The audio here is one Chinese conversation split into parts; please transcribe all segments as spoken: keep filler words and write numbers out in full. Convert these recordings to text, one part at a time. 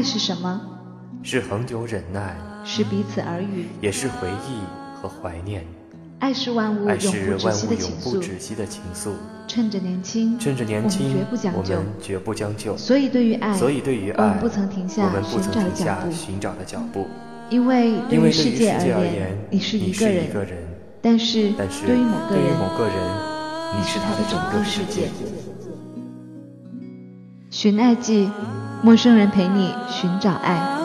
是什么？ 是恒久忍耐， 是彼此耳语， 也是回忆和怀念。 爱是万物爱是永不止万物息的情愫。 永不止息的情愫。 趁着年轻， 趁着年轻， 我们绝不将就。 我们绝不将就。 所以对于爱， 所以对于爱， 我们不曾停下我们不曾停下寻寻找的脚步。 因为对于世界而言， 你是一个人， 个人但是但是对于某个人， 某个人你是他的整个世界。 寻爱记，陌生人陪你寻找爱。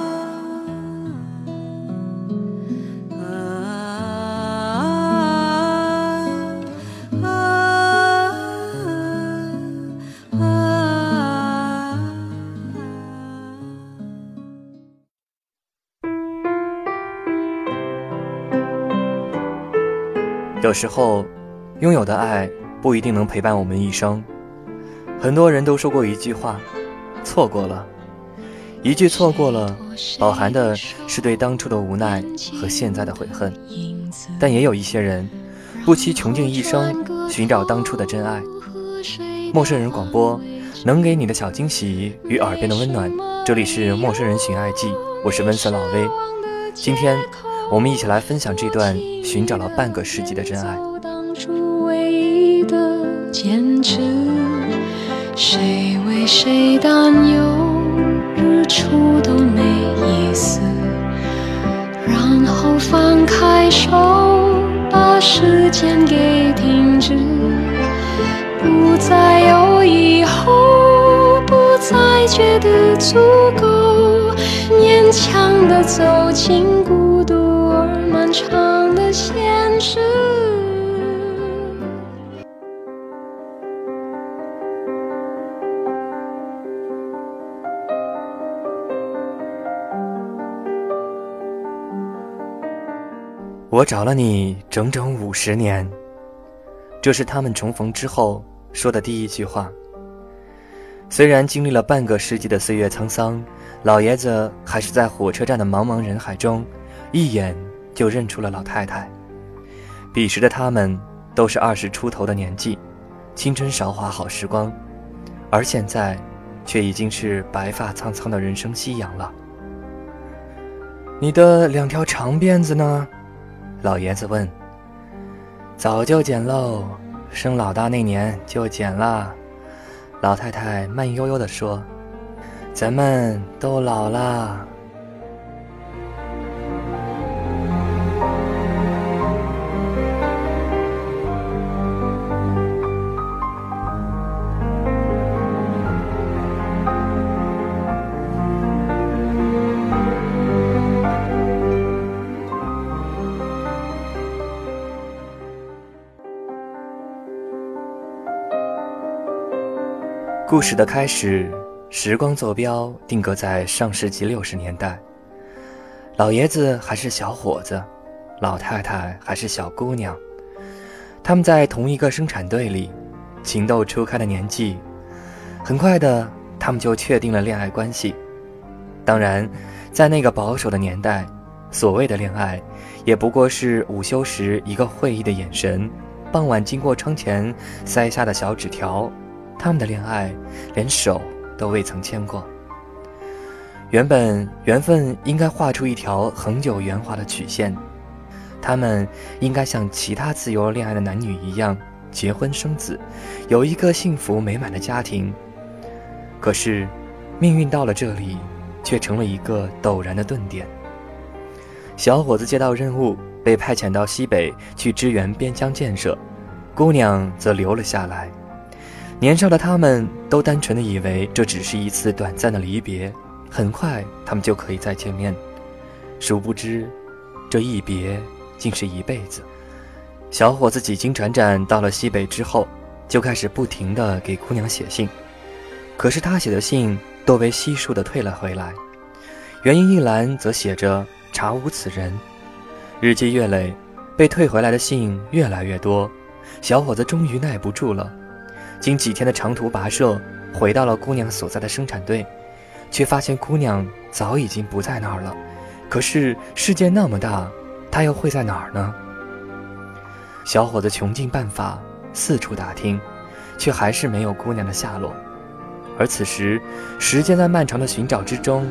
有时候，拥有的爱不一定能陪伴我们一生。很多人都说过一句话，错过了。一句错过了，饱含的是对当初的无奈和现在的悔恨。但也有一些人，不惜穷尽一生，寻找当初的真爱。陌生人广播，能给你的小惊喜与耳边的温暖。这里是陌生人寻爱记，我是温森老威。今天我们一起来分享这段寻找了半个世纪的真爱。 当初唯一的坚持，谁为谁担忧，日出都没意思。然后放开手，把时间给停止，不再有以后，不再觉得足够，勉强地走进孤独而漫长的现实。 我找了你整整五十年，这是他们重逢之后说的第一句话。虽然经历了半个世纪的岁月沧桑，老爷子还是在火车站的茫茫人海中一眼就认出了老太太。彼时的他们都是二十出头的年纪，青春韶华好时光，而现在却已经是白发苍苍的人生夕阳了。你的两条长辫子呢？老爷子问。早就剪喽，生老大那年就剪了。老太太慢悠悠地说，咱们都老了。故事的开始，时光坐标定格在上世纪六十年代。老爷子还是小伙子，老太太还是小姑娘。他们在同一个生产队里，情窦初开的年纪，很快的，他们就确定了恋爱关系。当然，在那个保守的年代，所谓的恋爱，也不过是午休时一个会意的眼神，傍晚经过窗前塞下的小纸条。他们的恋爱连手都未曾牵过。原本缘分应该画出一条恒久圆滑的曲线，他们应该像其他自由恋爱的男女一样结婚生子，有一个幸福美满的家庭。可是命运到了这里，却成了一个陡然的顿点。小伙子接到任务，被派遣到西北去支援边疆建设，姑娘则留了下来。年少的他们都单纯的以为这只是一次短暂的离别，很快他们就可以再见面。殊不知，这一别竟是一辈子。小伙子几经辗转到了西北之后，就开始不停地给姑娘写信。可是他写的信都被悉数地退了回来，原因一栏则写着查无此人。日积月累，被退回来的信越来越多，小伙子终于耐不住了。经几天的长途跋涉，回到了姑娘所在的生产队，却发现姑娘早已经不在那儿了。可是世界那么大，她又会在哪儿呢？小伙子穷尽办法四处打听，却还是没有姑娘的下落。而此时，时间在漫长的寻找之中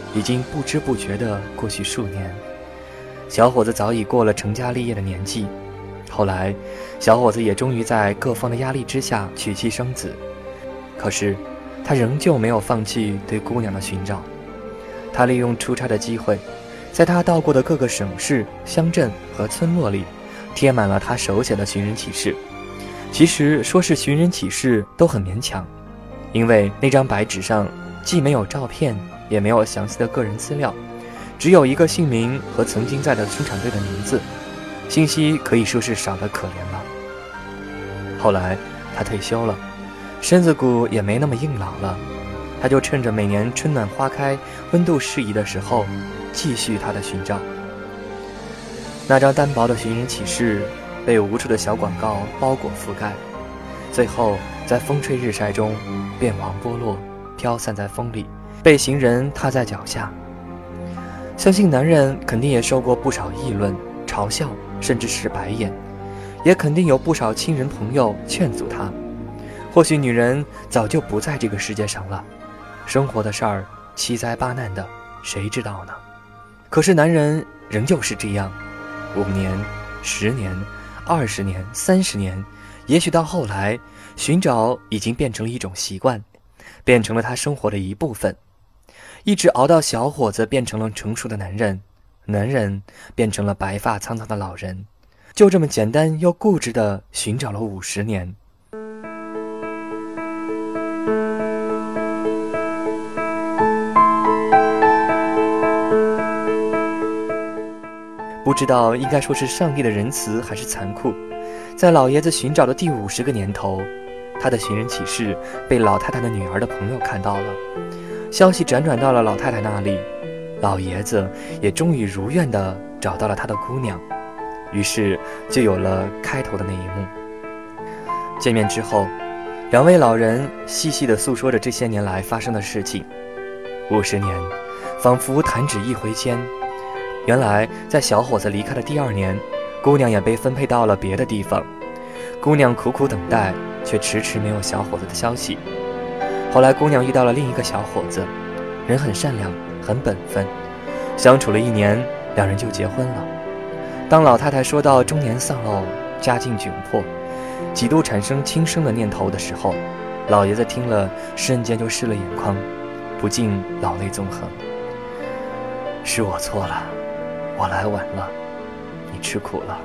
已经不知不觉地过去数年。小伙子早已过了成家立业的年纪，后来小伙子也终于在各方的压力之下娶妻生子。可是他仍旧没有放弃对姑娘的寻找。他利用出差的机会，在他到过的各个省市、乡镇和村落里贴满了他手写的寻人启事。其实说是寻人启事都很勉强，因为那张白纸上既没有照片，也没有详细的个人资料，只有一个姓名和曾经在的生产队的名字，信息可以说是少得可怜了。后来他退休了，身子骨也没那么硬朗了，他就趁着每年春暖花开、温度适宜的时候，继续他的寻找。那张单薄的寻人启事被无数的小广告包裹覆盖，最后在风吹日晒中变黄剥落，飘散在风里，被行人踏在脚下。相信男人肯定也受过不少议论、嘲笑，甚至是白眼，也肯定有不少亲人朋友劝阻他。或许女人早就不在这个世界上了，生活的事儿七灾八难的，谁知道呢？可是男人仍旧是这样，五年、十年、二十年、三十年，也许到后来，寻找已经变成了一种习惯，变成了他生活的一部分。一直熬到小伙子变成了成熟的男人，男人变成了白发苍苍的老人，就这么简单又固执地寻找了五十年。不知道应该说是上帝的仁慈还是残酷，在老爷子寻找的第五十个年头，他的寻人启事被老太太的女儿的朋友看到了，消息辗转到了老太太那里，老爷子也终于如愿地找到了他的姑娘，于是就有了开头的那一幕。见面之后，两位老人细细地诉说着这些年来发生的事情。五十年仿佛弹指一挥间，原来在小伙子离开的第二年，姑娘也被分配到了别的地方。姑娘苦苦等待，却迟迟没有小伙子的消息。后来姑娘遇到了另一个小伙子，人很善良，很本分，相处了一年，两人就结婚了。当老太太说到中年丧偶，家境窘迫，几度产生轻生的念头的时候，老爷子听了瞬间就湿了眼眶，不禁老泪纵横。是我错了，我来晚了，你吃苦了。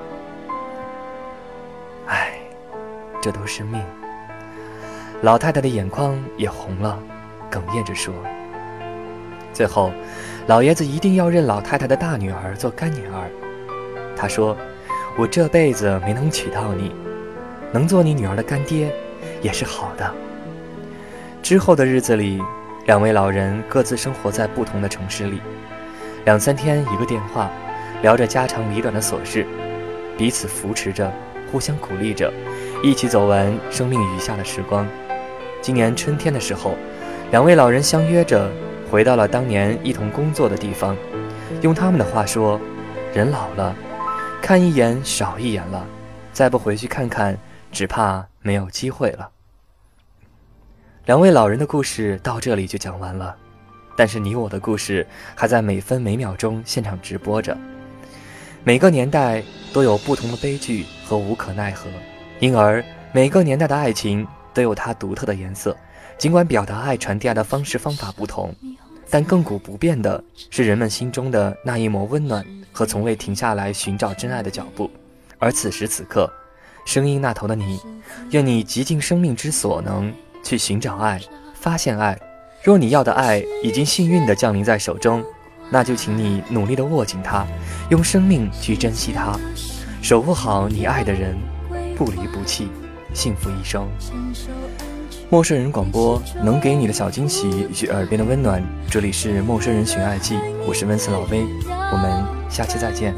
唉，这都是命。老太太的眼眶也红了，哽咽着说。最后，老爷子一定要认老太太的大女儿做干女儿。他说，我这辈子没能娶到你，能做你女儿的干爹也是好的。之后的日子里，两位老人各自生活在不同的城市里，两三天一个电话，聊着家长里短的琐事，彼此扶持着，互相鼓励着，一起走完生命余下的时光。今年春天的时候，两位老人相约着回到了当年一同工作的地方。用他们的话说，人老了，看一眼少一眼了，再不回去看看，只怕没有机会了。两位老人的故事到这里就讲完了，但是你我的故事还在每分每秒钟现场直播着。每个年代都有不同的悲剧和无可奈何，因而每个年代的爱情都有它独特的颜色。尽管表达爱传递爱的方式方法不同，但亘古不变的是人们心中的那一抹温暖和从未停下来寻找真爱的脚步。而此时此刻，声音那头的你，愿你极尽生命之所能去寻找爱，发现爱。若你要的爱已经幸运地降临在手中，那就请你努力地握紧它，用生命去珍惜它，守护好你爱的人，不离不弃，幸福一生。陌生人广播，能给你的小惊喜与耳边的温暖。这里是陌生人寻爱记，我是温斯老威，我们下期再见。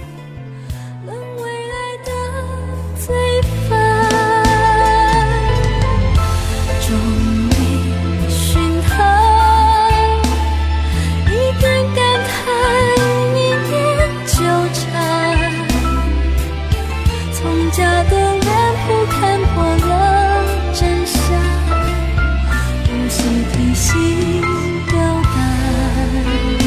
假的脸谱看破了真相，无需提心吊胆。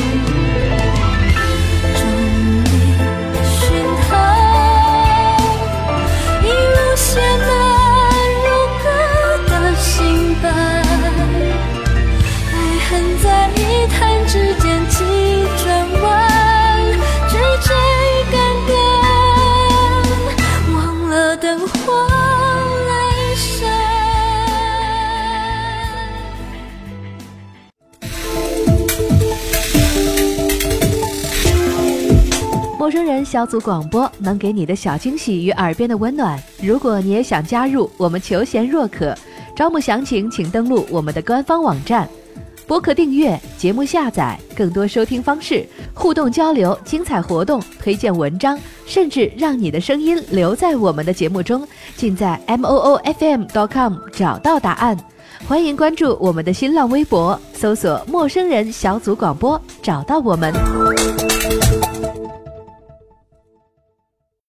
陌生人小组广播能给你的小惊喜与耳边的温暖。如果你也想加入，我们求贤若渴，招募详情请登录我们的官方网站。播客订阅、节目下载、更多收听方式、互动交流、精彩活动、推荐文章，甚至让你的声音留在我们的节目中，尽在 M O O F M 点 com 找到答案。欢迎关注我们的新浪微博，搜索陌生人小组广播，找到我们。